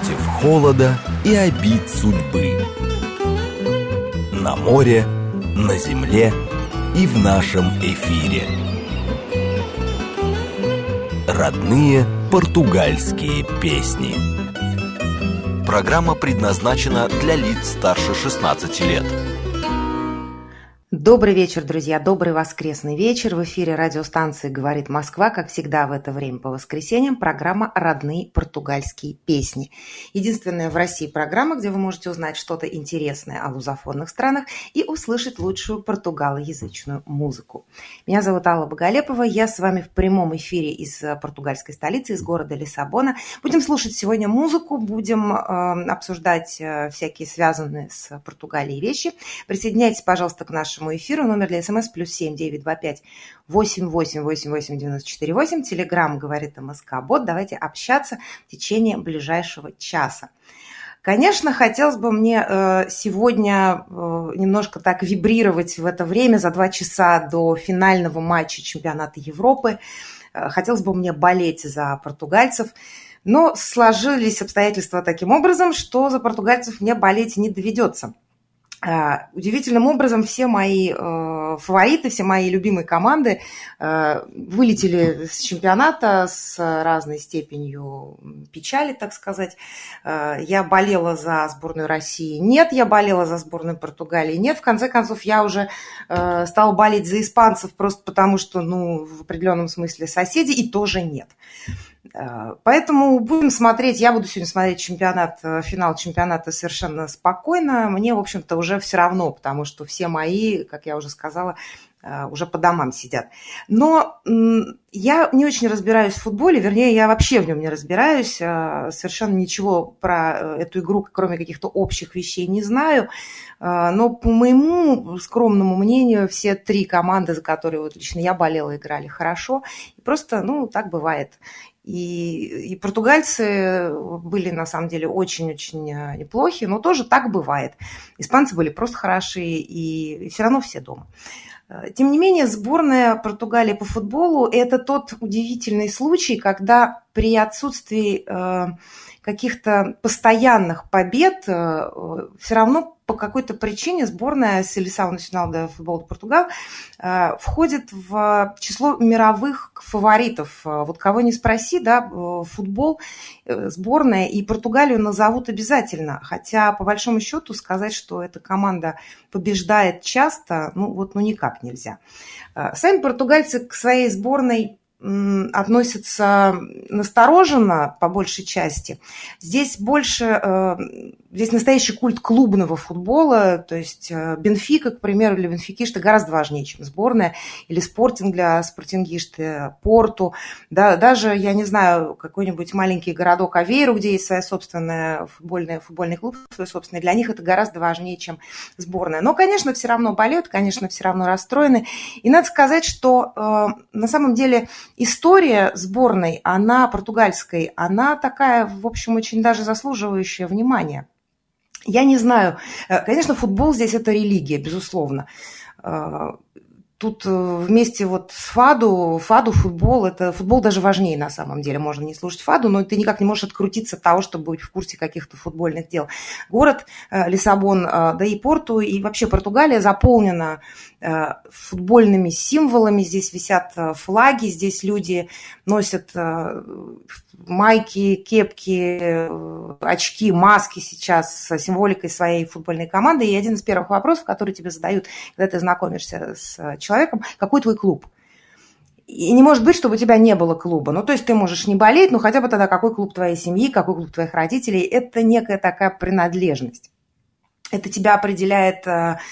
против холода и обид судьбы. На море, на земле и в нашем эфире. Родные португальские песни. Программа предназначена для лиц старше 16 лет. Добрый вечер, друзья, добрый воскресный вечер. В эфире радиостанции «Говорит Москва», как всегда в это время по воскресеньям, программа «Родные португальские песни». Единственная в России программа, где вы можете узнать что-то интересное о лузофонных странах и услышать лучшую португалоязычную музыку. Меня зовут Алла Боголепова, я с вами в прямом эфире из португальской столицы, из города Лиссабона. Будем слушать сегодня музыку, будем обсуждать всякие связанные с Португалией вещи. Присоединяйтесь, пожалуйста, к нашему эфиру. Номер для СМС +7 925 88 88 94 8. Телеграм «Говорит МСК-бот». Давайте общаться в течение ближайшего часа. Конечно, хотелось бы мне сегодня немножко так вибрировать в это время, за 2 часа до финального матча чемпионата Европы. Хотелось бы мне болеть за португальцев. Но сложились обстоятельства таким образом, что за португальцев мне болеть не доведется. Удивительным образом все мои фавориты, все мои любимые команды вылетели с чемпионата с разной степенью печали, так сказать. Я болела за сборную России, нет, я болела за сборную Португалии, нет. В конце концов, я уже стала болеть за испанцев просто потому, что, в определенном смысле соседи, и тоже нет. Поэтому будем смотреть, я буду сегодня смотреть финал чемпионата совершенно спокойно. Мне, в общем-то, уже все равно, потому что все мои, как я уже сказала, уже по домам сидят. Но я не очень разбираюсь в футболе, вернее, я вообще в нем не разбираюсь, совершенно ничего про эту игру, кроме каких-то общих вещей, не знаю. Но по моему скромному мнению, все 3 команды, за которые вот лично я болела, играли хорошо. И просто, так бывает. И португальцы были, на самом деле, очень-очень неплохи, но тоже так бывает. Испанцы были просто хорошие, и все равно все дома. Тем не менее, сборная Португалии по футболу – это тот удивительный случай, когда при отсутствии каких-то постоянных побед все равно по какой-то причине сборная Seleção Nacional de Futebol de Portugal входит в число мировых фаворитов. Вот кого ни спроси, футбол, сборная и Португалию назовут обязательно. Хотя, по большому счету, сказать, что эта команда побеждает часто, никак нельзя. Сами португальцы к своей сборной относятся настороженно, по большей части. Здесь настоящий культ клубного футбола, то есть Бенфика, к примеру, для бенфикиста гораздо важнее, чем сборная, или Спортинг для спортингиста, Порту, даже, я не знаю, какой-нибудь маленький городок Авейру, где есть своя собственная футбольный клуб, свой собственный, для них это гораздо важнее, чем сборная. Но, конечно, все равно болеют, конечно, все равно расстроены. И надо сказать, что на самом деле история сборной, португальской, она такая, в общем, очень даже заслуживающая внимания. Я не знаю, конечно, футбол здесь это религия, безусловно. Тут вместе с фаду, футбол, это футбол даже важнее на самом деле. Можно не слушать фаду, но ты никак не можешь открутиться от того, чтобы быть в курсе каких-то футбольных дел. Город Лиссабон, и Порту, и вообще Португалия заполнена футбольными символами. Здесь висят флаги, здесь люди носят майки, кепки, очки, маски сейчас с символикой своей футбольной команды. И один из первых вопросов, который тебе задают, когда ты знакомишься с человеком, какой твой клуб? И не может быть, чтобы у тебя не было клуба. То есть ты можешь не болеть, но хотя бы тогда какой клуб твоей семьи, какой клуб твоих родителей. Это некая такая принадлежность. Это тебя определяет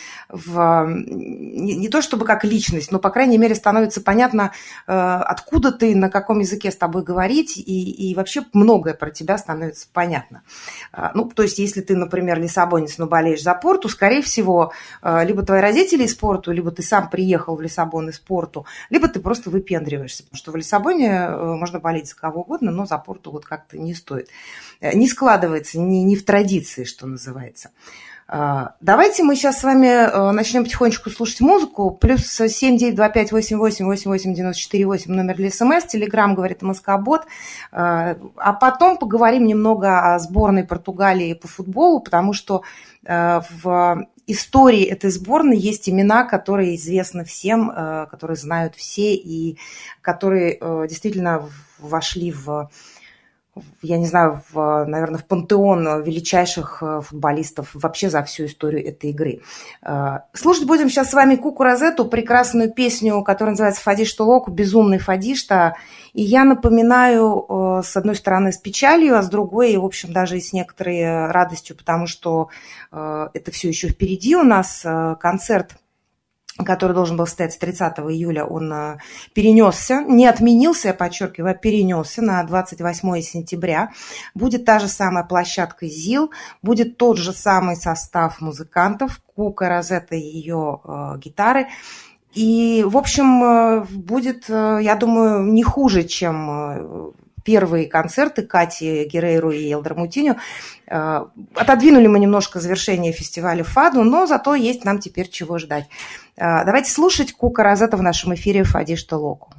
не то чтобы как личность, но, по крайней мере, становится понятно, откуда ты, на каком языке с тобой говорить, и вообще многое про тебя становится понятно. То есть, если ты, например, лиссабонец, но болеешь за Порту, скорее всего, либо твои родители из Порту, либо ты сам приехал в Лиссабон из Порту, либо ты просто выпендриваешься, потому что в Лиссабоне можно болеть за кого угодно, но за Порту как-то не стоит. Не складывается, не в традиции, что называется. Давайте мы сейчас с вами начнем потихонечку слушать музыку. Плюс 792588894,8 номер для СМС. Телеграм говорит МСК-бот. А потом поговорим немного о сборной Португалии по футболу, потому что в истории этой сборной есть имена, которые известны всем, которые знают все и которые действительно вошли наверное, в пантеон величайших футболистов вообще за всю историю этой игры. Слушать будем сейчас с вами Куку Розетту, прекрасную песню, которая называется «Фадишта Локу», «Безумный Фадишта». И я напоминаю, с одной стороны, с печалью, а с другой, в общем, даже и с некоторой радостью, потому что это все еще впереди у нас концерт, который должен был состояться 30 июля, он перенесся, не отменился, я подчеркиваю, а перенесся на 28 сентября. Будет та же самая площадка ЗИЛ, будет тот же самый состав музыкантов, Кука Розетта и ее гитары. И, в общем, будет, я думаю, не хуже, чем первые концерты Кати Герейру и Элдер Мутиньо. Отодвинули мы немножко завершение фестиваля Фаду, но зато есть нам теперь чего ждать. Давайте слушать Кука Розетта в нашем эфире «Фадишта Локу».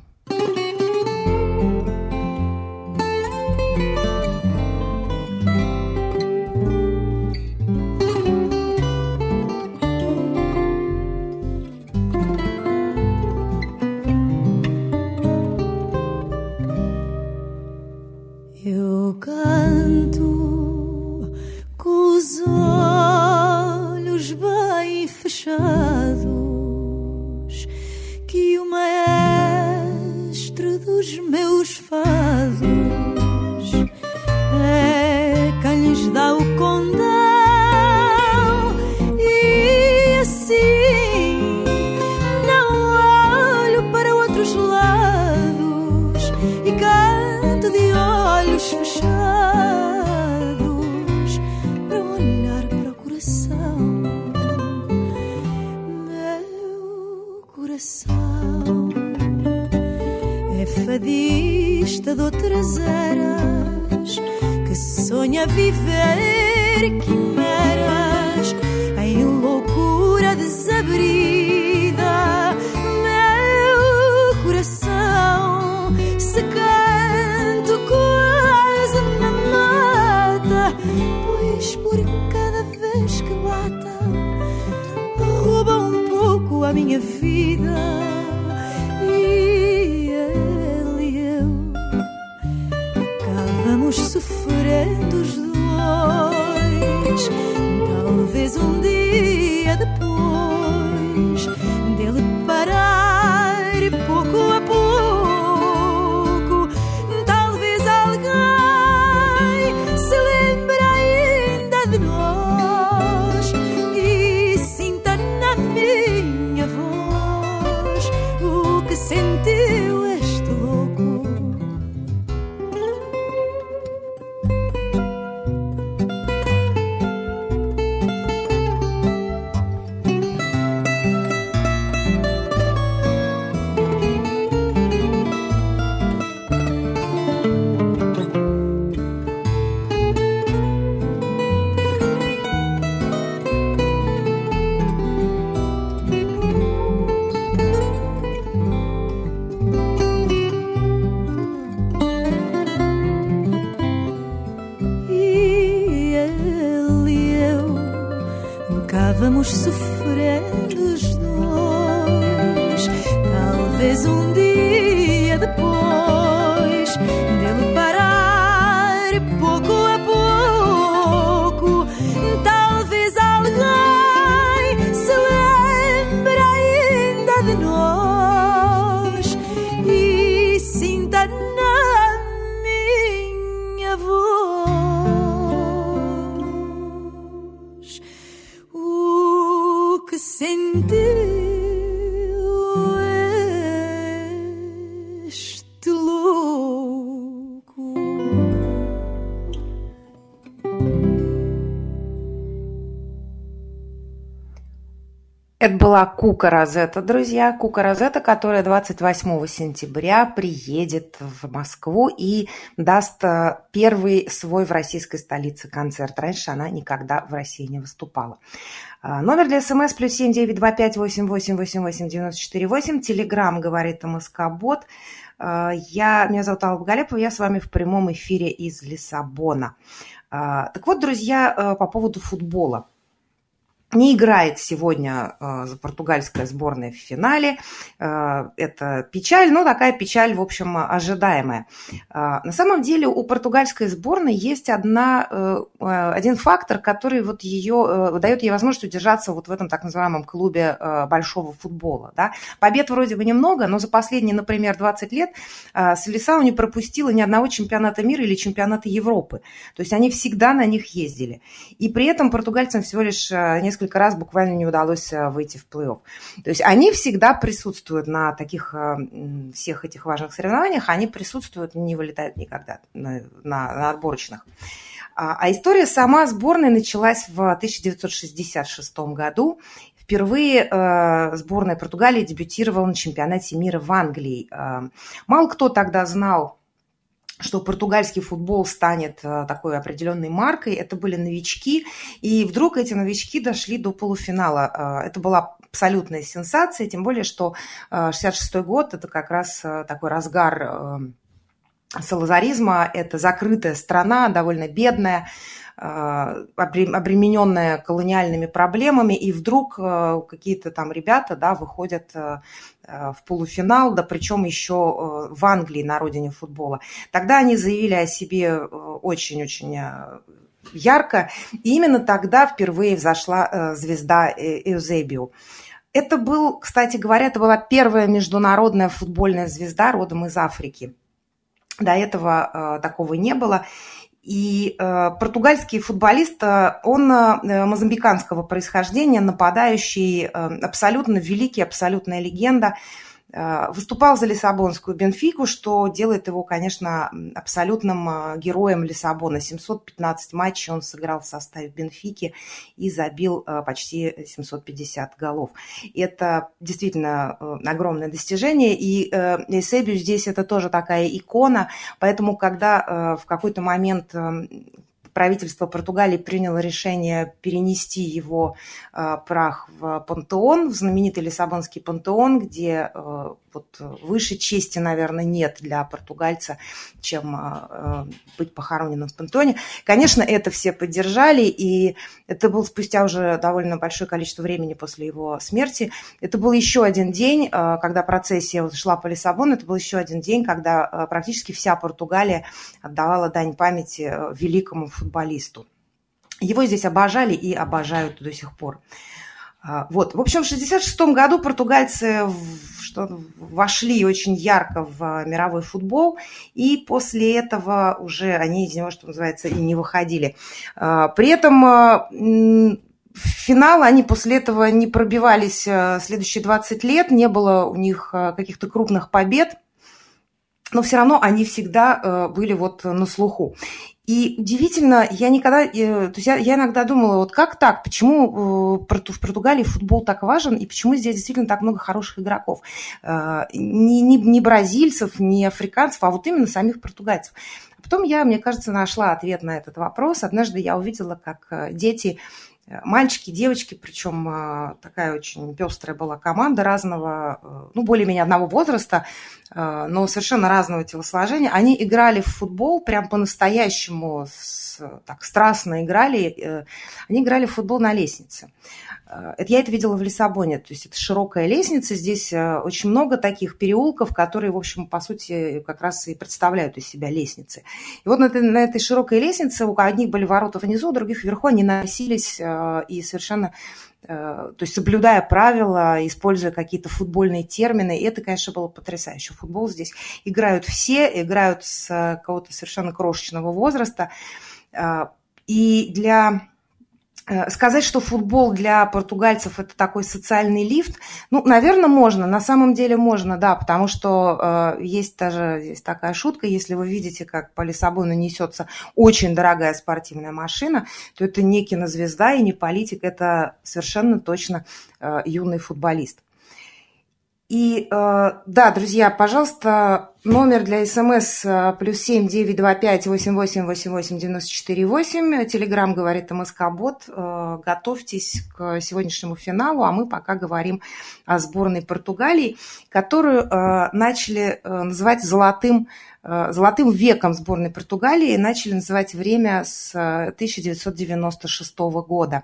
Eu canto com os olhos bem fechados, que o maestro dos meus fados é quem lhes dá o condão, e assim não olho para outros lados e canto de olhos fechados para olhar para o coração, meu coração é fadista de outras eras que sonha viver quimeras em loucura desabrida, meu coração se canto quase me mata, pois por cada vez que bata rouba um pouco a minha vida. E ele e eu cá vamos sofrendo os dois, talvez um dia depois dele parar e pouco a pouco talvez alguém se lembre ainda de nós e sinta na minha voz o que sentiu este louco. E ele e eu cá vamos sofrendo os dois, talvez um dia depois dele parar pouco a pouco, talvez alguém se lembre ainda de nós e sinta na minha voz o que sentiu este louco. Это была Кука Розетта, друзья. Кука Розетта, которая 28 сентября приедет в Москву и даст первый свой в российской столице концерт. Раньше она никогда в России не выступала. Номер для СМС +7 925 88 88 94 8. Телеграм говорит МСК-бот. Меня зовут Алла Боголепова, я с вами в прямом эфире из Лиссабона. Так вот, друзья, по поводу футбола. Не играет сегодня португальская сборная в финале. Это печаль, но такая печаль, в общем, ожидаемая. На самом деле у португальской сборной есть один фактор, который вот дает ей возможность удержаться вот в этом так называемом клубе большого футбола. Да? Побед вроде бы немного, но за последние, например, 20 лет Селисау не пропустила ни одного чемпионата мира или чемпионата Европы. То есть они всегда на них ездили. И при этом португальцам всего лишь несколько раз буквально не удалось выйти в плей-офф. То есть они всегда присутствуют на таких всех этих важных соревнованиях, они присутствуют, не вылетают никогда на отборочных. А история сама сборной началась в 1966 году. Впервые сборная Португалии дебютировала на чемпионате мира в Англии. Мало кто тогда знал, что португальский футбол станет такой определенной маркой. Это были новички, и вдруг эти новички дошли до полуфинала. Это была абсолютная сенсация, тем более, что 66-й год – это как раз такой разгар салазаризма, это закрытая страна, довольно бедная, обремененная колониальными проблемами, и вдруг какие-то там ребята, да, выходят в полуфинал, да причем еще в Англии, на родине футбола. Тогда они заявили о себе очень-очень ярко, и именно тогда впервые взошла звезда Эусебио. Это кстати говоря, это была первая международная футбольная звезда родом из Африки. До этого такого не было. И португальский футболист, он мозамбиканского происхождения, нападающий, абсолютно великий, абсолютная легенда. Выступал за лиссабонскую Бенфику, что делает его, конечно, абсолютным героем Лиссабона. 715 матчей он сыграл в составе Бенфики и забил почти 750 голов. Это действительно огромное достижение, и Эусебио здесь это тоже такая икона, поэтому когда в какой-то момент правительство Португалии приняло решение перенести его прах в пантеон, в знаменитый Лиссабонский пантеон, где вот выше чести, наверное, нет для португальца, чем быть похороненным в пантеоне. Конечно, это все поддержали, и это был спустя уже довольно большое количество времени после его смерти. Это был еще один день, когда процессия шла по Лиссабону, это был еще один день, когда практически вся Португалия отдавала дань памяти великому футболисту. Его здесь обожали и обожают до сих пор. Вот. В общем, в 1966 году португальцы вошли очень ярко в мировой футбол, и после этого уже они из него, что называется, и не выходили. При этом в финал они после этого не пробивались следующие 20 лет, не было у них каких-то крупных побед, но все равно они всегда были вот на слуху. И удивительно, я иногда думала, вот как так, почему в Португалии футбол так важен, и почему здесь действительно так много хороших игроков. Не бразильцев, не африканцев, а вот именно самих португальцев. А потом мне кажется, нашла ответ на этот вопрос. Однажды я увидела, как дети, мальчики, девочки, причем такая очень пестрая была команда разного, более-менее одного возраста, но совершенно разного телосложения. Они играли в футбол прям по-настоящему, так страстно играли. Они играли в футбол на лестнице. Я это видела в Лиссабоне, то есть это широкая лестница, здесь очень много таких переулков, которые, в общем, по сути, как раз и представляют из себя лестницы. И вот на этой широкой лестнице у одних были ворота внизу, у других вверху, они носились и совершенно, то есть соблюдая правила, используя какие-то футбольные термины, и это, конечно, было потрясающе. Футбол здесь играют все, играют с какого-то совершенно крошечного возраста, и для Сказать, что футбол для португальцев – это такой социальный лифт, ну, наверное, можно, на самом деле можно, да, потому что есть даже здесь такая шутка, если вы видите, как по Лиссабону несется очень дорогая спортивная машина, то это не кинозвезда и не политик, это совершенно точно юный футболист. И да, друзья, пожалуйста, номер для СМС +7 925 88 88 94 8. Телеграм говорит МСК-бот. Готовьтесь к сегодняшнему финалу, а мы пока говорим о сборной Португалии, которую начали называть золотым веком сборной Португалии, начали называть время с 1996 года.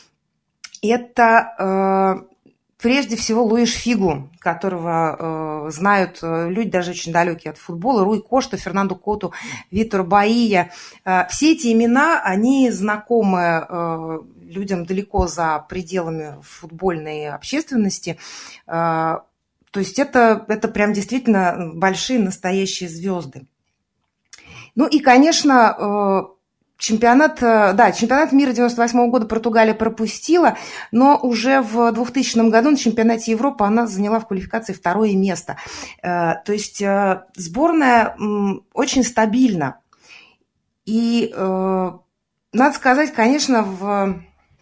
Это... Прежде всего, Луиш Фигу, которого знают люди даже очень далекие от футбола, Руй Кошта, Фернандо Коту, Витор Баия. Все эти имена, они знакомы людям далеко за пределами футбольной общественности. То есть это прям действительно большие настоящие звезды. Ну и, конечно... Чемпионат мира 98 года Португалия пропустила, но уже в 2000 году на чемпионате Европы она заняла в квалификации 2-е место. То есть сборная очень стабильна. И надо сказать, конечно,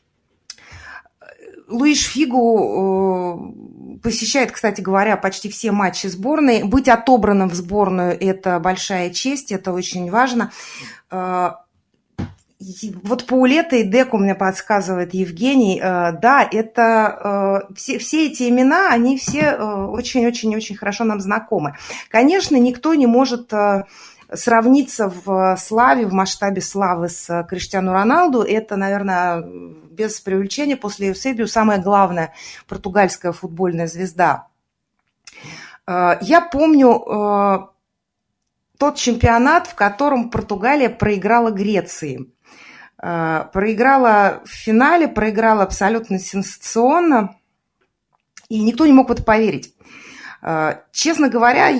Луиш Фигу посещает, кстати говоря, почти все матчи сборной. Быть отобранным в сборную – это большая честь, это очень важно. Вот по Улета и Деку мне подсказывает Евгений, да, это все эти имена, они все очень-очень-очень хорошо нам знакомы. Конечно, никто не может сравниться в славе, в масштабе славы с Криштиану Роналду. Это, наверное, без преувеличения, после Эвсебио самая главная португальская футбольная звезда. Я помню тот чемпионат, в котором Португалия проиграла Греции. Проиграла в финале, проиграла абсолютно сенсационно, и никто не мог в это поверить. Честно говоря,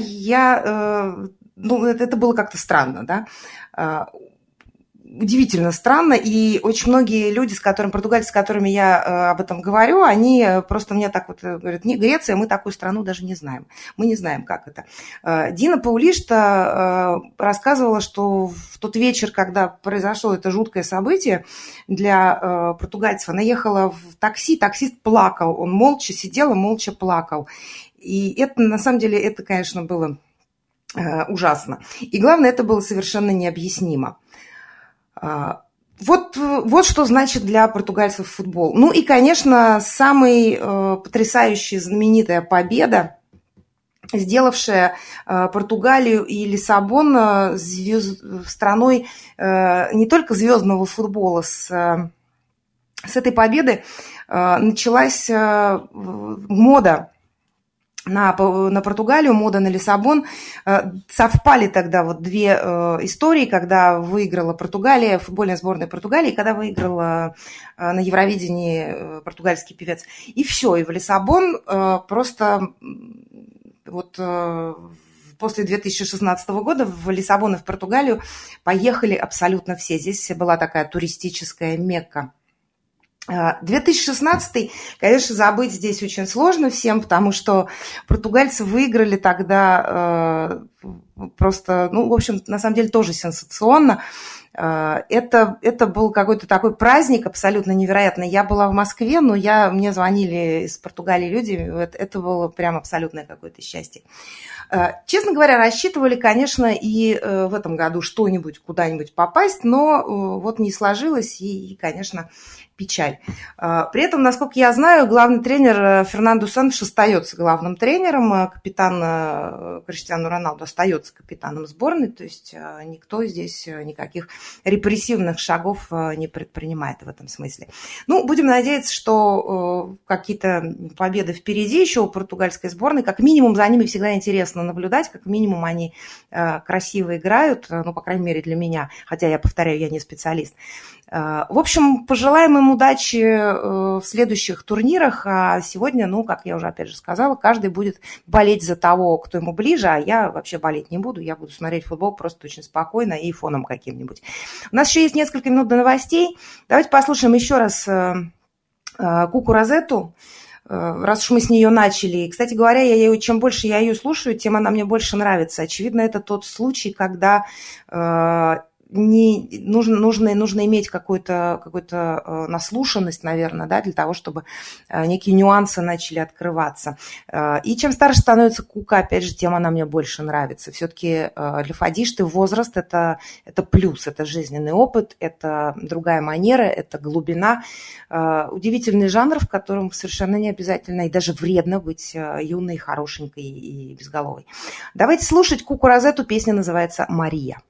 это было как-то странно, да? Удивительно странно, и очень многие люди, португальцы, с которыми я об этом говорю, они просто мне так вот говорят: не, Греция, мы такую страну даже не знаем. Мы не знаем, как это. Дина Паулишта рассказывала, что в тот вечер, когда произошло это жуткое событие для португальцев, она ехала в такси, таксист плакал, он молча сидел и молча плакал. И это, на самом деле, это, конечно, было ужасно. И главное, это было совершенно необъяснимо. Вот что значит для португальцев футбол. Ну и, конечно, самая потрясающая, знаменитая победа, сделавшая Португалию и Лиссабон страной не только звездного футбола. С этой победы началась мода на Португалию, мода на Лиссабон. Совпали тогда вот две истории, когда выиграла Португалия, футбольная сборная Португалии, когда выиграла на Евровидении португальский певец. И все, и в Лиссабон просто вот после 2016 года в Лиссабон и в Португалию поехали абсолютно все. Здесь была такая туристическая Мекка. 2016, конечно, забыть здесь очень сложно всем, потому что португальцы выиграли тогда просто, в общем, на самом деле тоже сенсационно. Это был какой-то такой праздник абсолютно невероятный. Я была в Москве, но мне звонили из Португалии люди, это было прям абсолютное какое-то счастье. Честно говоря, рассчитывали, конечно, и в этом году что-нибудь, куда-нибудь попасть, но вот не сложилось, и конечно, печаль. При этом, насколько я знаю, главный тренер Фернандо Сантош остается главным тренером, капитан Криштиану Роналду остается капитаном сборной, то есть никто здесь никаких репрессивных шагов не предпринимает в этом смысле. Будем надеяться, что какие-то победы впереди еще у португальской сборной, как минимум за ними всегда интересно наблюдать, как минимум они красиво играют, по крайней мере для меня, хотя я повторяю, я не специалист. В общем, пожелаем им удачи в следующих турнирах, а сегодня, как я уже опять же сказала, каждый будет болеть за того, кто ему ближе, а я вообще болеть не буду, я буду смотреть футбол просто очень спокойно и фоном каким-нибудь. У нас еще есть несколько минут до новостей. Давайте послушаем еще раз Куку Розетту, раз уж мы с нее начали. Кстати говоря, чем больше я ее слушаю, тем она мне больше нравится. Очевидно, это тот случай, когда нужно иметь какую-то наслушанность, наверное, да, для того, чтобы некие нюансы начали открываться. И чем старше становится Кука, опять же, тем она мне больше нравится. Все-таки для фадишты возраст – это плюс, это жизненный опыт, это другая манера, это глубина. Удивительный жанр, в котором совершенно не обязательно и даже вредно быть юной, хорошенькой и безголовой. Давайте слушать Куку Розетту, песня называется «Мария».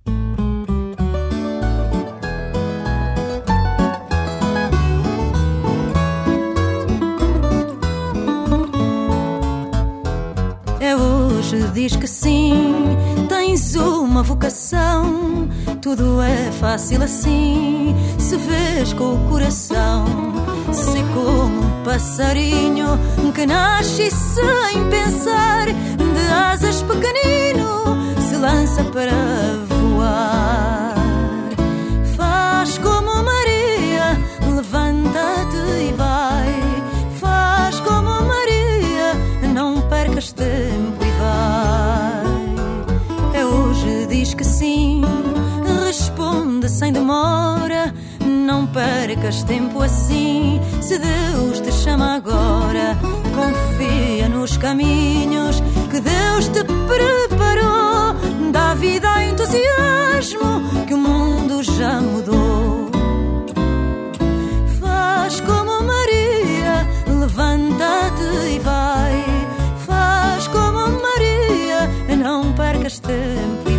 Diz que sim, tens uma vocação. Tudo é fácil assim, se vês com o coração. Se como um passarinho que nasce sem pensar, de asas pequenino se lança para voar. Faz como Maria, levanta-te e vai. Faz como Maria, não percas tempo. Diz que sim, responde sem demora. Não percas tempo assim, se Deus te chama agora. Confia nos caminhos que Deus te preparou. Dá vida a entusiasmo que o mundo já mudou. Faz como Maria, levanta-te e vai. Faz como Maria, não percas tempo.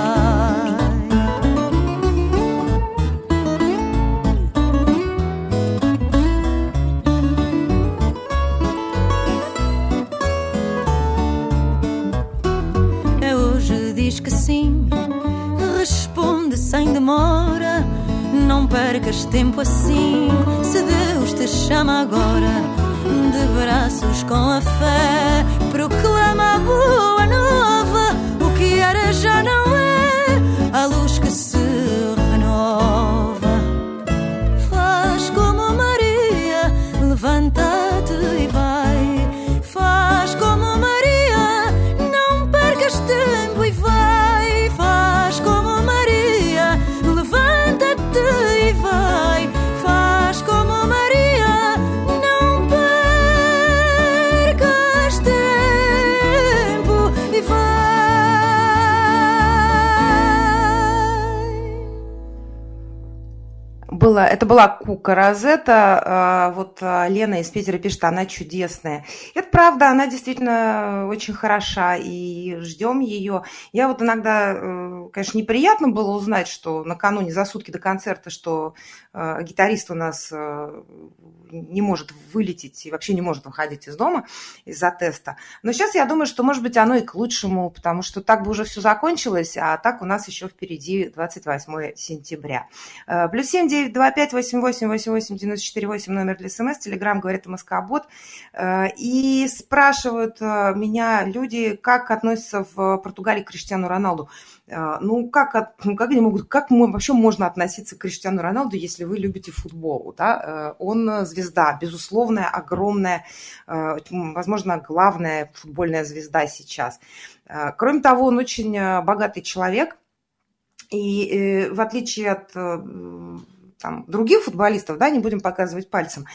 Diz que sim, responde sem demora. Não percas tempo assim, se Deus te chama agora. De braços com a fé, proclama a boa nova. O que era já não é, a luz que se renova. Faz como Maria, levanta-te e vai. Faz como Maria, não percas tempo e vai. Faz como Maria, levanta-te e vai. Faz como Maria, não percas tempo e vai. Это была Кука Розетта. Вот Лена из Питера пишет, она чудесная. Это правда, она действительно очень хороша, и ждем ее. Я вот иногда, конечно, неприятно было узнать, что накануне, за сутки до концерта, что гитарист у нас не может вылететь и вообще не может выходить из дома из-за теста. Но сейчас я думаю, что, может быть, оно и к лучшему, потому что так бы уже все закончилось, а так у нас еще впереди 28 сентября. Плюс 7-925-88-88-94-8 номер для СМС, Телеграм говорит МСК-бот. И спрашивают меня люди, как относятся в Португалии к Криштиану Роналду. Ну, как вообще можно относиться к Криштиану Роналду, если вы любите футбол? Да? Он звезда, безусловная, огромная, возможно, главная футбольная звезда сейчас. Кроме того, он очень богатый человек, и в отличие от других футболистов, да, не будем показывать пальцем,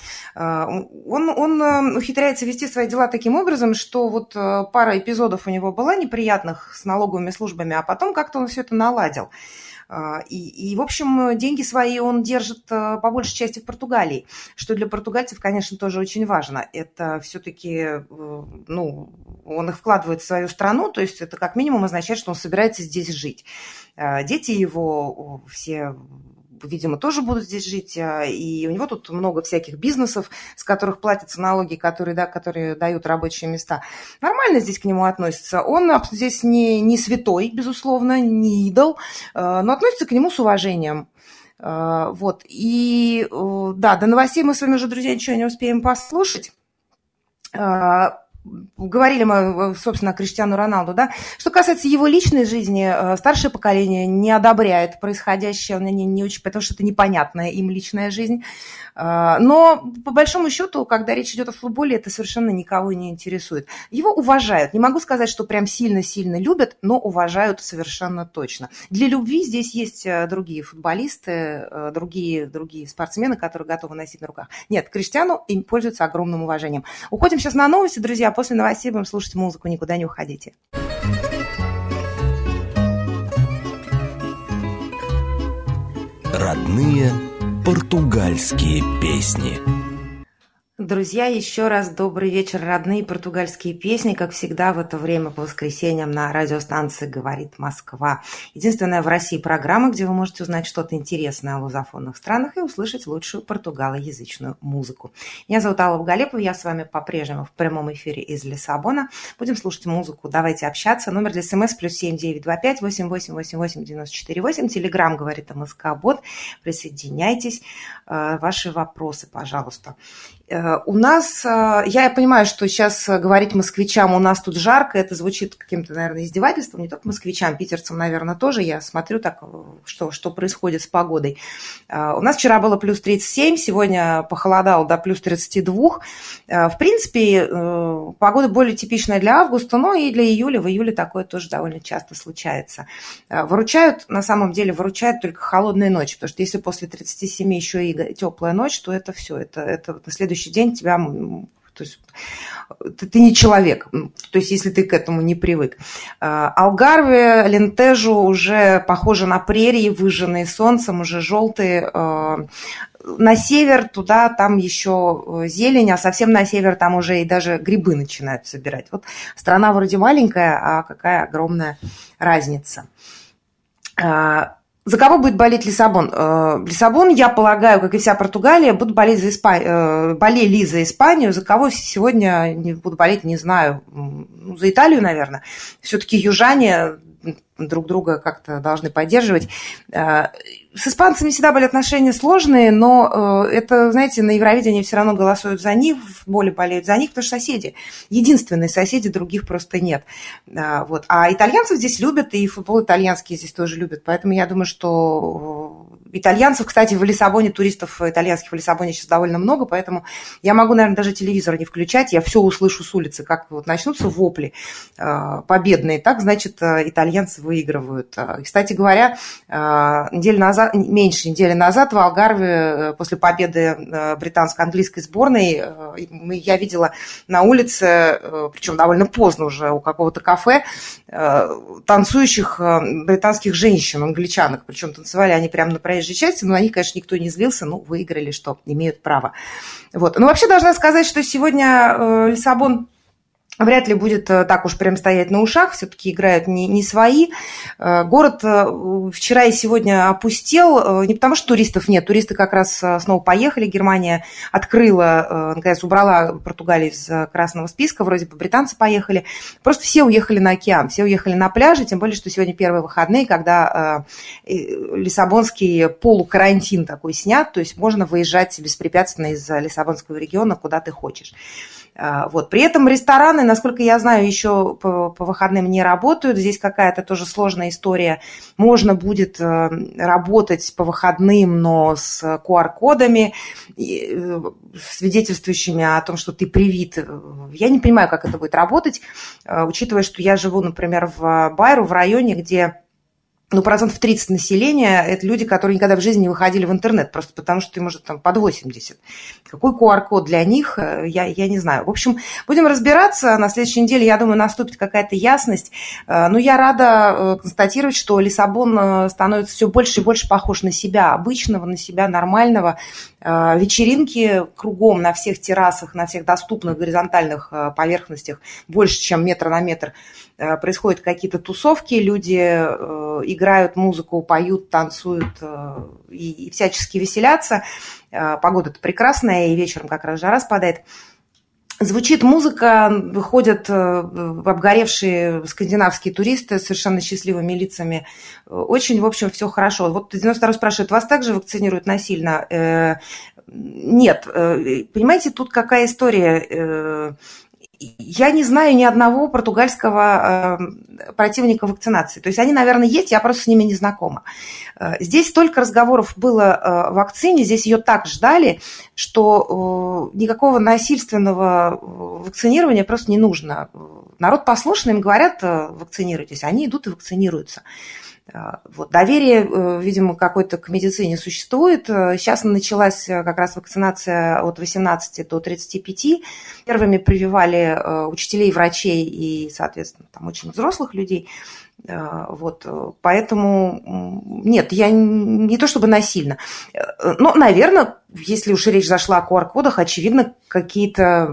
он ухитряется вести свои дела таким образом, что вот пара эпизодов у него была неприятных с налоговыми службами, а потом как-то он все это наладил. И, в общем, деньги свои он держит по большей части в Португалии, что для португальцев, конечно, тоже очень важно. Это все-таки, он их вкладывает в свою страну, то есть это как минимум означает, что он собирается здесь жить. Дети его все, видимо, тоже будут здесь жить, и у него тут много всяких бизнесов, с которых платятся налоги, которые дают рабочие места. Нормально здесь к нему относятся. Он здесь не святой, безусловно, не идол, но относится к нему с уважением. Вот. И да, до новостей мы с вами уже, друзья, ничего не успеем послушать. Говорили мы, собственно, о Криштиану Роналду, да. Что касается его личной жизни, старшее поколение не одобряет происходящее, не очень, потому что это непонятная им личная жизнь. Но, по большому счету, когда речь идет о футболе, это совершенно никого не интересует. Его уважают. Не могу сказать, что прям сильно-сильно любят, но уважают совершенно точно. Для любви здесь есть другие футболисты, другие спортсмены, которые готовы носить на руках. Нет, Криштиану им пользуются огромным уважением. Уходим сейчас на новости, друзья. После новостей будем слушать музыку. Никуда не уходите. Родные португальские песни. Друзья, еще раз добрый вечер, родные португальские песни, как всегда в это время по воскресеньям на радиостанции «Говорит Москва». Единственная в России программа, где вы можете узнать что-то интересное о лузофонных странах и услышать лучшую португалоязычную музыку. Меня зовут Алла Бугалепова, я с вами по-прежнему в прямом эфире из Лиссабона. Будем слушать музыку, давайте общаться. Номер для СМС +7 925 8888 94 8. Телеграм «Говорит МСК-бот». Присоединяйтесь. Ваши вопросы, пожалуйста. У нас, я понимаю, что сейчас говорить москвичам, у нас тут жарко, это звучит каким-то, наверное, издевательством, не только москвичам, питерцам, наверное, тоже. Я смотрю так, что происходит с погодой. У нас вчера было +37, сегодня похолодало до +32. В принципе, погода более типичная для августа, но и для июля. В июле такое тоже довольно часто случается. Выручают, на самом деле, только холодные ночи, потому что если после 37 еще и теплая ночь, то это все, это на следующий день тебя, то есть ты не человек, то есть если ты к этому не привык. Алгарве, Алентежу уже похоже на прерии, выжженные солнцем, уже желтые. На север туда там еще зелень, а совсем на север там уже и даже грибы начинают собирать. Вот страна вроде маленькая, а какая огромная разница. За кого будет болеть Лиссабон? Лиссабон, я полагаю, как и вся Португалия, будут болеть болели за Испанию. За кого сегодня буду болеть, не знаю. За Италию, наверное. Все-таки южане друг друга как-то должны поддерживать. С испанцами всегда были отношения сложные, но это, знаете, на Евровидении все равно голосуют за них, в футболе болеют за них, потому что соседи. Единственные соседи, других просто нет. Вот. А итальянцев здесь любят, и футбол итальянский здесь тоже любят. Поэтому я думаю, что итальянцев, кстати, в Лиссабоне, туристов итальянских в Лиссабоне сейчас довольно много, поэтому я могу, наверное, даже телевизор не включать, я все услышу с улицы, как вот начнутся вопли победные, так, значит, итальянцы выигрывают. И, кстати говоря, меньше недели назад в Алгарве после победы британско-английской сборной я видела на улице, причем довольно поздно уже у какого-то кафе, танцующих британских женщин, англичанок, причем танцевали они прямо на проезжей части, но на них, конечно, никто не злился, выиграли, что имеют право. Вот. Но вообще должна сказать, что сегодня Лиссабон вряд ли будет так уж прям стоять на ушах, все-таки играют не свои. Город вчера и сегодня опустел, не потому что туристов нет, туристы как раз снова поехали, Германия открыла, наконец убрала Португалию из красного списка, вроде бы британцы поехали, просто все уехали на океан, все уехали на пляжи, тем более, что сегодня первые выходные, когда лиссабонский полукарантин такой снят, то есть можно выезжать беспрепятственно из Лиссабонского региона куда ты хочешь. Вот. При этом рестораны, насколько я знаю, еще по выходным не работают. Здесь какая-то тоже сложная история. Можно будет работать по выходным, но с QR-кодами, свидетельствующими о том, что ты привит. Я не понимаю, как это будет работать, учитывая, что я живу, например, в Байру, в районе, где 30% населения – это люди, которые никогда в жизни не выходили в интернет, просто потому что им уже там под 80. Какой QR-код для них, я не знаю. В общем, будем разбираться. На следующей неделе, я думаю, наступит какая-то ясность. Но я рада констатировать, что Лиссабон становится все больше и больше похож на себя обычного, на себя нормального. Вечеринки кругом на всех террасах, на всех доступных горизонтальных поверхностях больше, чем метр на метр. Происходят какие-то тусовки, люди играют музыку, поют, танцуют и всячески веселятся. Погода-то прекрасная, и вечером как раз жара спадает. Звучит музыка, выходят обгоревшие скандинавские туристы с совершенно счастливыми лицами. Очень, в общем, все хорошо. Вот 92-й спрашивает, вас также вакцинируют насильно? Нет. Понимаете, тут какая история? я не знаю ни одного португальского противника вакцинации. То есть они, наверное, есть, я просто с ними не знакома. Здесь столько разговоров было о вакцине, здесь ее так ждали, что никакого насильственного вакцинирования просто не нужно. Народ послушный, им говорят, вакцинируйтесь, они идут и вакцинируются. Вот. Доверие, видимо, какое-то к медицине существует. Сейчас началась как раз вакцинация от 18 до 35. Первыми прививали учителей, врачей и, соответственно, там очень взрослых людей. Вот. Поэтому нет, я не то чтобы насильно. Но, наверное, если уж речь зашла о QR-кодах, очевидно, какое-то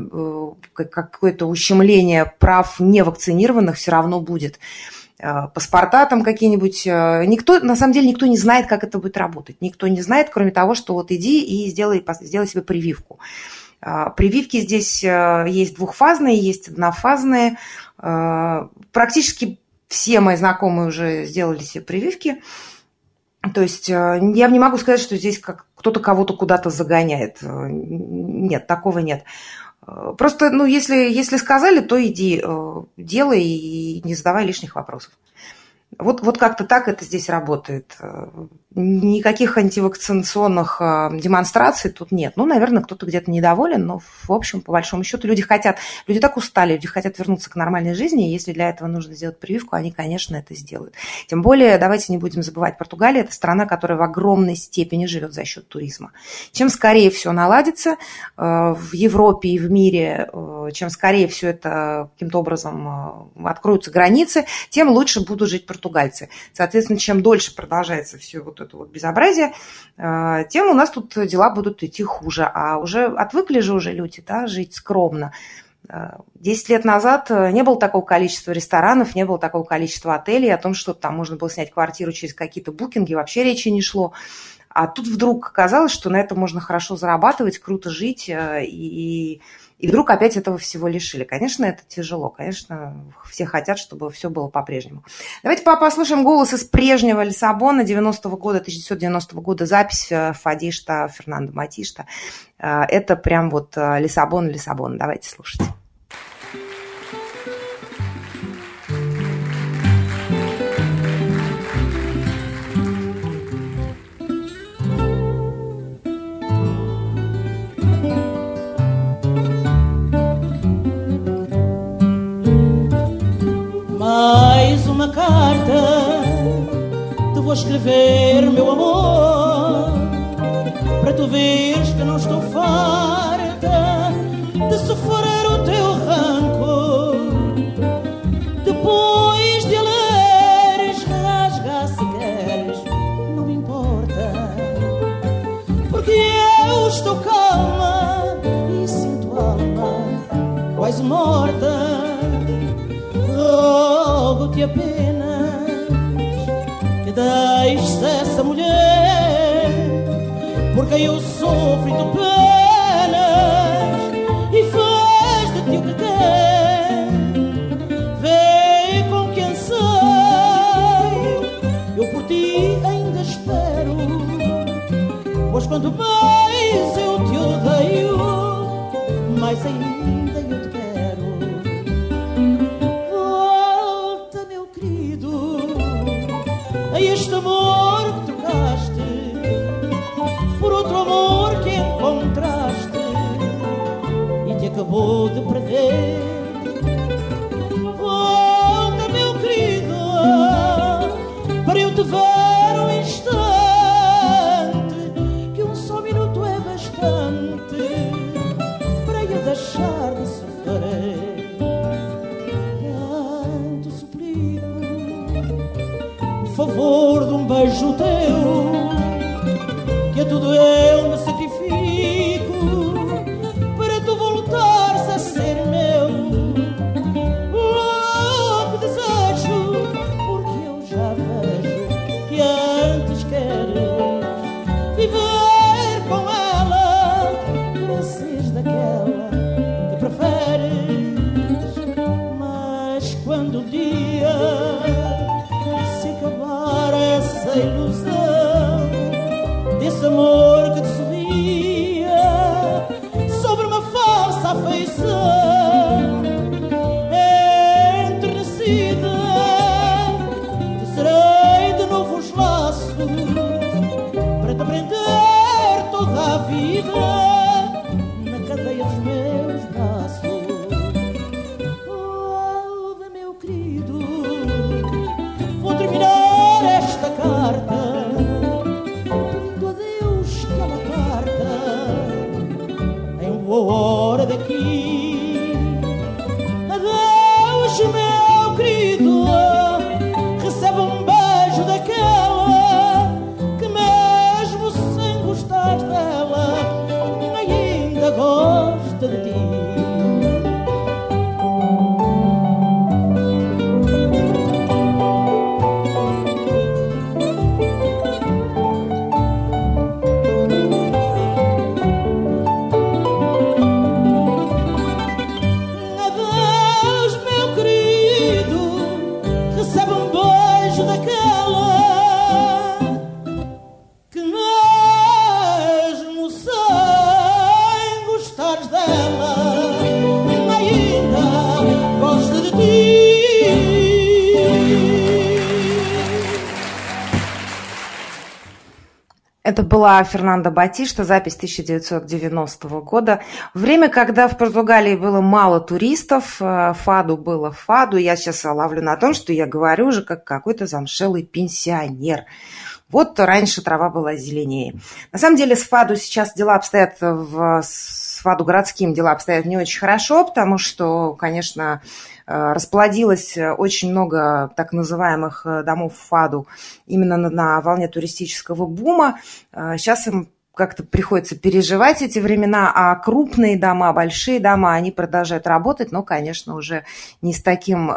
ущемление прав невакцинированных все равно будет. Паспорта там какие-нибудь. На самом деле никто не знает, как это будет работать. Никто не знает, кроме того, что вот иди и сделай себе прививку. Прививки здесь есть двухфазные, есть однофазные. Практически все мои знакомые уже сделали себе прививки. То есть я не могу сказать, что здесь кто-то кого-то куда-то загоняет. Нет, такого нет. Просто, если сказали, то иди, делай и не задавай лишних вопросов. Вот как-то так это здесь работает. Никаких антивакцинационных демонстраций тут нет. Наверное, кто-то где-то недоволен, но, в общем, по большому счету, люди так устали, люди хотят вернуться к нормальной жизни, и если для этого нужно сделать прививку, они, конечно, это сделают. Тем более, давайте не будем забывать, Португалия – это страна, которая в огромной степени живет за счет туризма. Чем скорее все наладится в Европе и в мире, чем скорее все это каким-то образом откроются границы, тем лучше будут жить португальцы. Соответственно, чем дольше продолжается все вот это вот безобразие, тем у нас тут дела будут идти хуже. А уже отвыкли же уже люди, да, жить скромно. 10 лет назад не было такого количества ресторанов, не было такого количества отелей, о том, что там можно было снять квартиру через какие-то букинги, вообще речи не шло. А тут вдруг оказалось, что на этом можно хорошо зарабатывать, круто жить, и вдруг опять этого всего лишили. Конечно, это тяжело. Конечно, все хотят, чтобы все было по-прежнему. Давайте послушаем голос из прежнего Лиссабона 1990 года, запись Фадишта, Фернандо Матишта. Это прям вот Лиссабон. Давайте слушать. Mais uma carta te vou escrever, meu amor, para tu veres que não estou farta de sofrer o teu rancor. Depois de a leres, rasga se queres, não me importa, porque eu estou calma e sinto a alma quase morta. Rogo-te apenas que deixes essa mulher por quem eu sofro e tu penas e faz de ti o que quer. Vê com quem sei, eu por ti ainda espero, pois quanto mais eu te odeio, mais ainda eu te quero. Este amor que trocaste por outro amor que encontraste e te acabou de perder. Volta, meu querido, para eu te ver um instante, que um só minuto é bastante para eu deixar de sofrer. Tanto suplico, favor de beijo teu, que a tudo eu me sacrifico para tu voltares a ser meu. Louco desejo, porque eu já vejo que antes queres viver com ela para seres daquela que preferes. Mas quando o dia essa ilusão desse amor que te sorria sobre uma falsa afeição, Это была Фернандо Батишта, запись 1990 года. Время, когда в Португалии было мало туристов, фаду было фаду. Я сейчас ловлю на том, что я говорю уже как какой-то замшелый пенсионер. Вот раньше трава была зеленее. На самом деле с фаду сейчас дела обстоят с фаду городским дела обстоят не очень хорошо, потому что, конечно, расплодилось очень много так называемых домов фаду именно на волне туристического бума. Сейчас им как-то приходится переживать эти времена, а крупные дома, большие дома, они продолжают работать, но, конечно, уже не с таким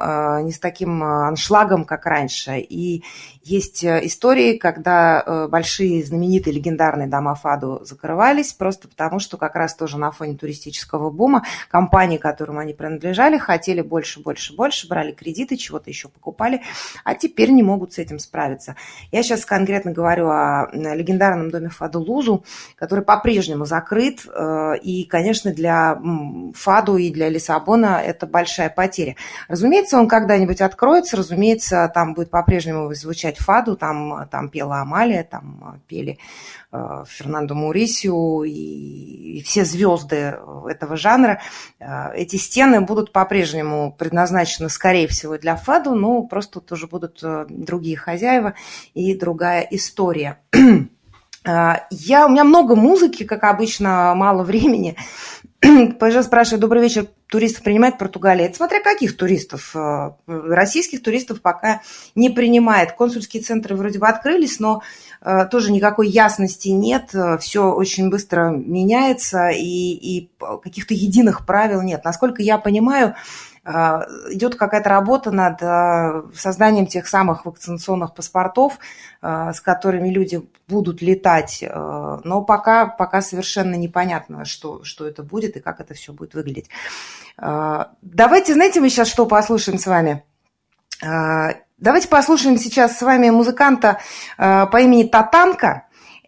аншлагом, как раньше. И есть истории, когда большие, знаменитые, легендарные дома фаду закрывались, просто потому что как раз тоже на фоне туристического бума компании, которым они принадлежали, хотели больше, брали кредиты, чего-то еще покупали, а теперь не могут с этим справиться. Я сейчас конкретно говорю о легендарном доме фаду Лузу, который по-прежнему закрыт, и, конечно, для фаду и для Лиссабона это большая потеря. Разумеется, он когда-нибудь откроется, разумеется, там будет по-прежнему звучать фаду, там пела Амалия, там пели Фернандо Маурисио и все звезды этого жанра. Эти стены будут по-прежнему предназначены, скорее всего, для фаду, но просто тут уже будут другие хозяева и другая история. У меня много музыки, как обычно, мало времени. Пожалуйста, спрашиваю, добрый вечер, туристов принимает Португалия? Это смотря каких туристов. Российских туристов пока не принимает. Консульские центры вроде бы открылись, но тоже никакой ясности нет. Все очень быстро меняется, и каких-то единых правил нет. Насколько я понимаю, идет какая-то работа над созданием тех самых вакцинационных паспортов, с которыми люди будут летать, но пока совершенно непонятно, что это будет и как это все будет выглядеть. Давайте, знаете, мы сейчас что послушаем с вами? Давайте послушаем сейчас с вами музыканта по имени Татанка.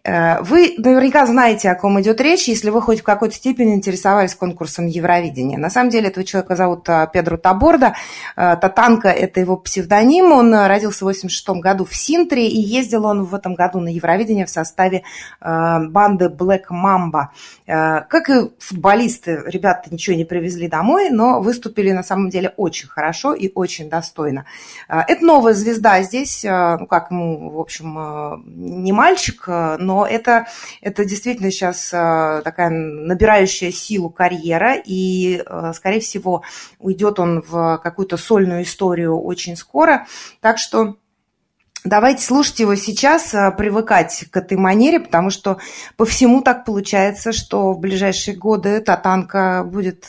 Вы наверняка знаете, о ком идет речь, если вы хоть в какой-то степени интересовались конкурсом Евровидения. На самом деле этого человека зовут Педро Таборда. Татанка – это его псевдоним. Он родился в 1986 году в Синтре, и ездил он в этом году на Евровидение в составе банды Black Mamba. Как и футболисты, ребята ничего не привезли домой, но выступили на самом деле очень хорошо и очень достойно. Это новая звезда здесь, как ему, в общем, не мальчик, но это действительно сейчас такая набирающая силу карьера, и, скорее всего, уйдет он в какую-то сольную историю очень скоро. Так что давайте слушать его сейчас, привыкать к этой манере, потому что по всему так получается, что в ближайшие годы Татанка будет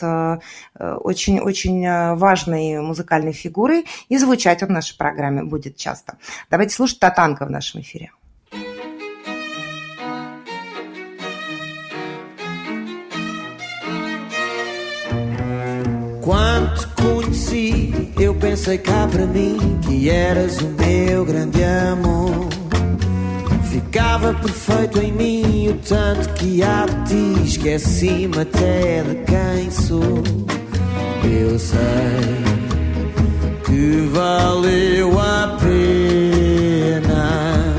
очень-очень важной музыкальной фигурой, и звучать он в нашей программе будет часто. Давайте слушать Татанка в нашем эфире. Quando te conheci, eu pensei cá para mim que eras o meu grande amor. Ficava perfeito em mim o tanto que há de ti, esqueci-me até de quem sou. Eu sei que valeu a pena,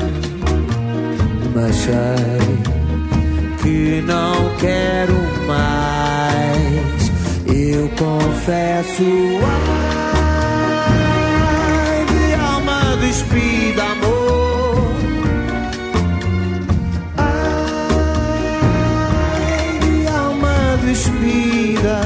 mas sei que não quero mais. Eu confesso, ai, de alma despida, amor. Ai, de alma despida.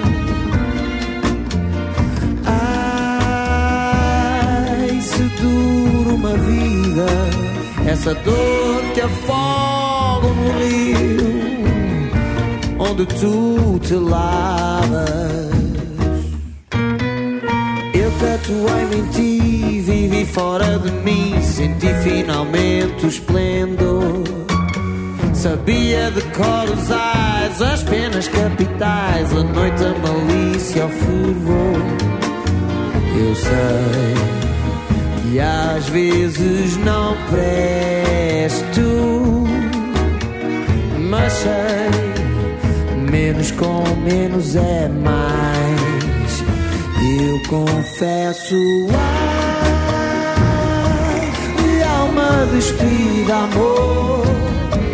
Ai, se dura uma vida, essa dor que afoga no rio onde tu te lavas. Eu tatuei-me em ti, vivi fora de mim, senti finalmente o esplendor. Sabia de cor os ais, as penas capitais, a noite, a malícia, o fervor. Eu sei que às vezes não presto, mas sei menos com menos é mais. Eu confesso, ai, de alma despida, amor.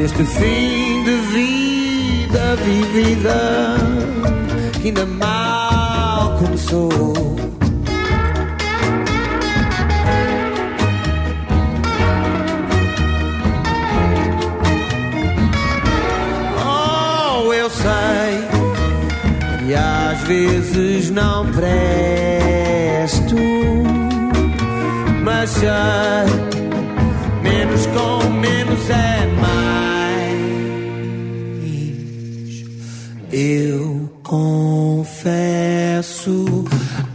deste fim de vida vivida que ainda mal começou. Oh, eu sei que às vezes não presto, mas sei, menos com menos é mais. Eu confesso.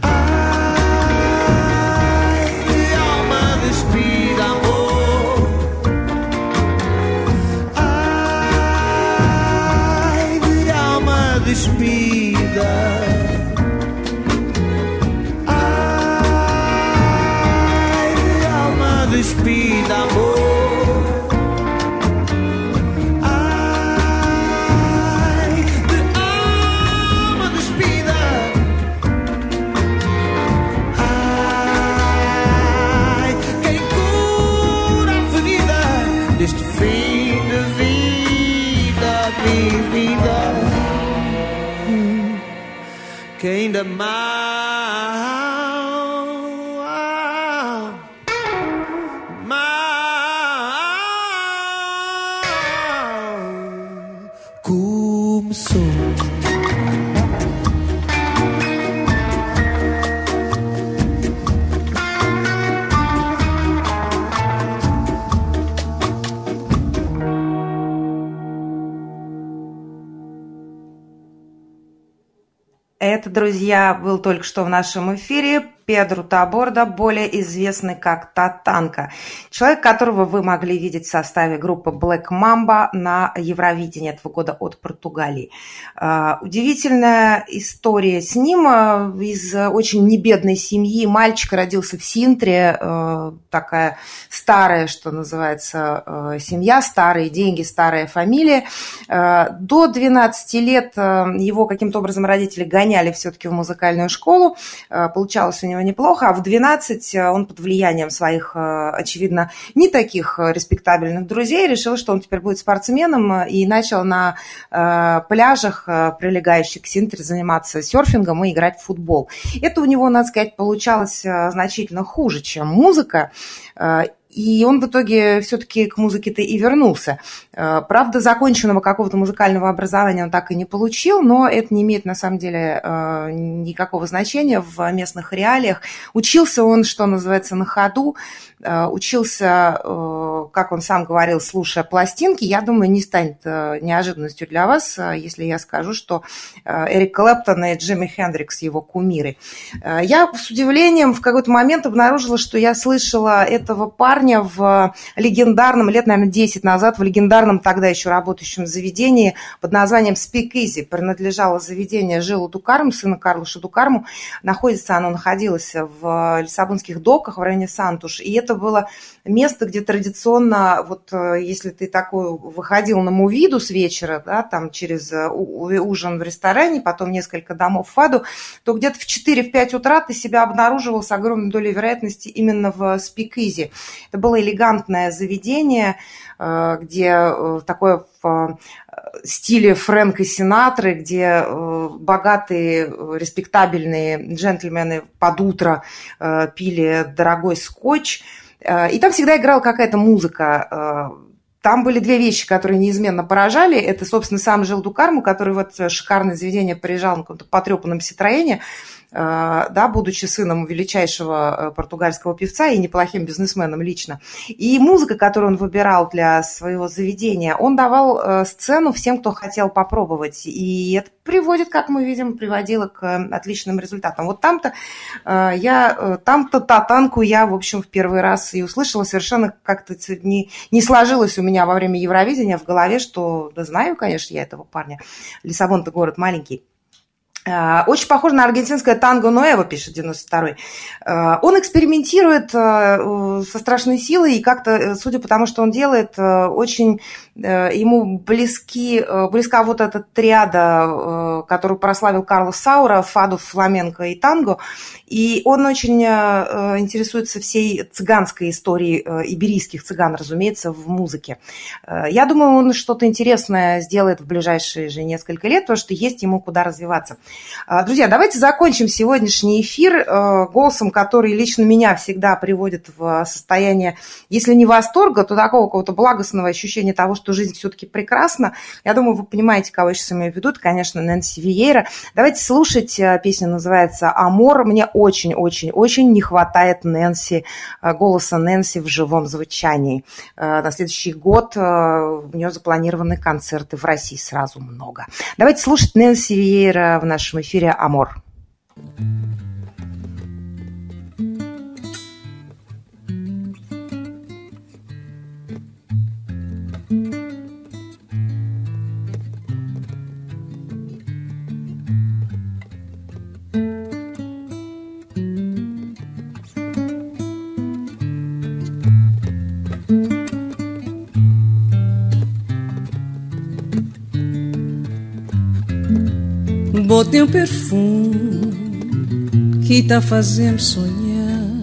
Ai, de alma despida, amor. Ai, de alma despida. Ai, de alma despida, amor. Deste fim de vida vivida que ainda mal começou. Это, друзья, был только что в нашем эфире Педро Таборда, более известный как Татанка. Человек, которого вы могли видеть в составе группы Black Mamba на Евровидении этого года от Португалии. Удивительная история с ним. Из очень небедной семьи мальчик родился в Синтре, такая старая, что называется, семья, старые деньги, старая фамилия. До 12 лет его каким-то образом родители гоняли все-таки в музыкальную школу. Получалось у него неплохо, а в 12 он под влиянием своих, очевидно, не таких респектабельных друзей решил, что он теперь будет спортсменом, и начал на пляжах, прилегающих к Синтре, заниматься серфингом и играть в футбол. Это у него, надо сказать, получалось значительно хуже, чем музыка. И он в итоге все-таки к музыке-то и вернулся. Правда, законченного какого-то музыкального образования он так и не получил, но это не имеет на самом деле никакого значения в местных реалиях. Учился он, что называется, на ходу. Учился, как он сам говорил, слушая пластинки. Я думаю, не станет неожиданностью для вас, если я скажу, что Эрик Клэптон и Джимми Хендрикс его кумиры. Я с удивлением в какой-то момент обнаружила, что я слышала этого парня в легендарном, лет, наверное, 10 назад, в легендарном тогда еще работающем заведении под названием Speak Easy. Принадлежало заведение Жилу Дукарму, сына Карлоша Дукарму. Оно находилось в Лиссабонских доках в районе Сантуш. И это было место, где традиционно, вот если ты такой выходил на мувиду с вечера, да, там через ужин в ресторане, потом несколько домов в Фаду, то где-то в 4-5 утра ты себя обнаруживал с огромной долей вероятности именно в Speak Easy. Это было элегантное заведение, где такое в стиле Фрэнка Синатры, где богатые, респектабельные джентльмены под утро пили дорогой скотч. И там всегда играла какая-то музыка. Там были две вещи, которые неизменно поражали. Это, собственно, сам Жил Дукарму, который в это шикарное заведение приезжал на каком-то потрепанном Ситроене, да, будучи сыном величайшего португальского певца и неплохим бизнесменом лично. И музыка, которую он выбирал для своего заведения, он давал сцену всем, кто хотел попробовать. И это приводило к отличным результатам. Вот там-то Татанку я, в общем, в первый раз и услышала. Совершенно как-то не сложилось у меня во время Евровидения в голове, что, да знаю, конечно, я этого парня. Лиссабон-то город маленький. Очень похож на аргентинское танго Нуэво, пишет 92-й. Он экспериментирует со страшной силой, и как-то, судя по тому, что он делает, очень ему близка вот эта триада, которую прославил Карлос Саура, фаду, фламенко и танго. И он очень интересуется всей цыганской историей иберийских цыган, разумеется, в музыке. Я думаю, он что-то интересное сделает в ближайшие же несколько лет, потому что есть ему куда развиваться. Друзья, давайте закончим сегодняшний эфир голосом, который лично меня всегда приводит в состояние, если не восторга, то такого какого-то благостного ощущения того, что жизнь все-таки прекрасна. Я думаю, вы понимаете, кого я сейчас имею в виду. Это, конечно, Нэнси Виейра. Давайте слушать. Песня называется «Амор». Мне очень-очень-очень не хватает Нэнси, голоса Нэнси в живом звучании. На следующий год у нее запланированы концерты в России сразу много. Давайте слушать Нэнси Виейра в нашем эфире «Амор». Botei um perfume que tá fazendo sonhar.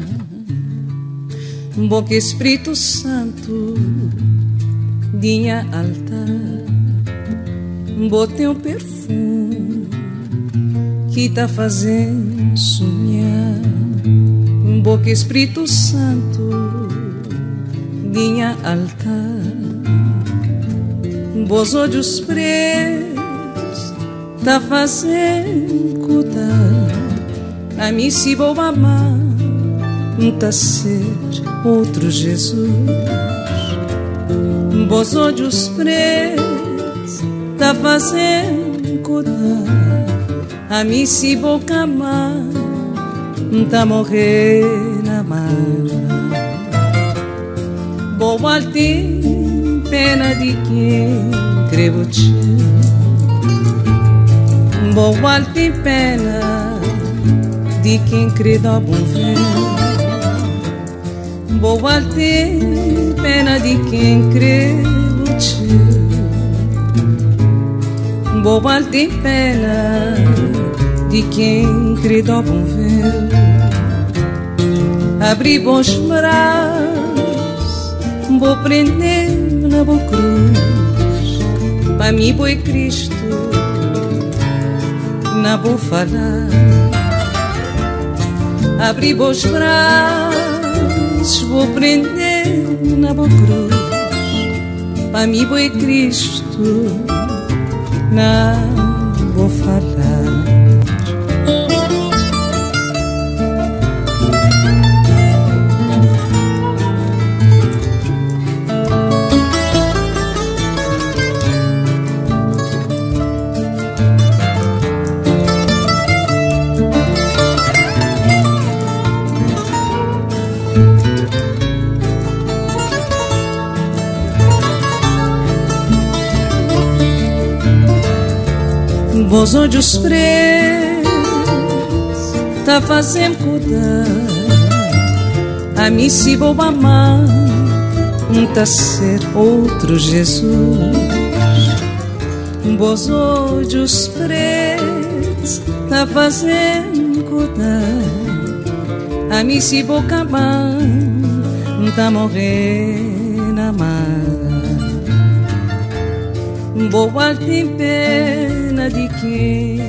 Boca Espírito Santo, dinha altar. Botei um perfume que tá fazendo sonhar. Boca Espírito Santo, dinha altar. Bos olhos pretos tá fazendo cuidar. A mim se vou amar, tá ser outro Jesus. Bos olhos pretos tá fazendo cuidar. A mim se vou amar, tá morrer na mar. Boa tem pena de quem creio te. Boa tem pena de quem crê no bom ver. Boa tem pena de quem crê no teu. Boa tem pena de quem crê no bom ver. Abri bons braços, vou prender na boa cruz. Para mim, boi Cristo, na vou falar. Abri bons braços, vou prender na boa cruz. Para mim, boi Cristo, na vou falar. Bons olhos pretos tá fazendo cuidar. A mim se vou amar, tá ser outro Jesus. Bons olhos pretos tá fazendo cuidar. A mim se vou amar, tá morrer na mar. Boa tem pena de quem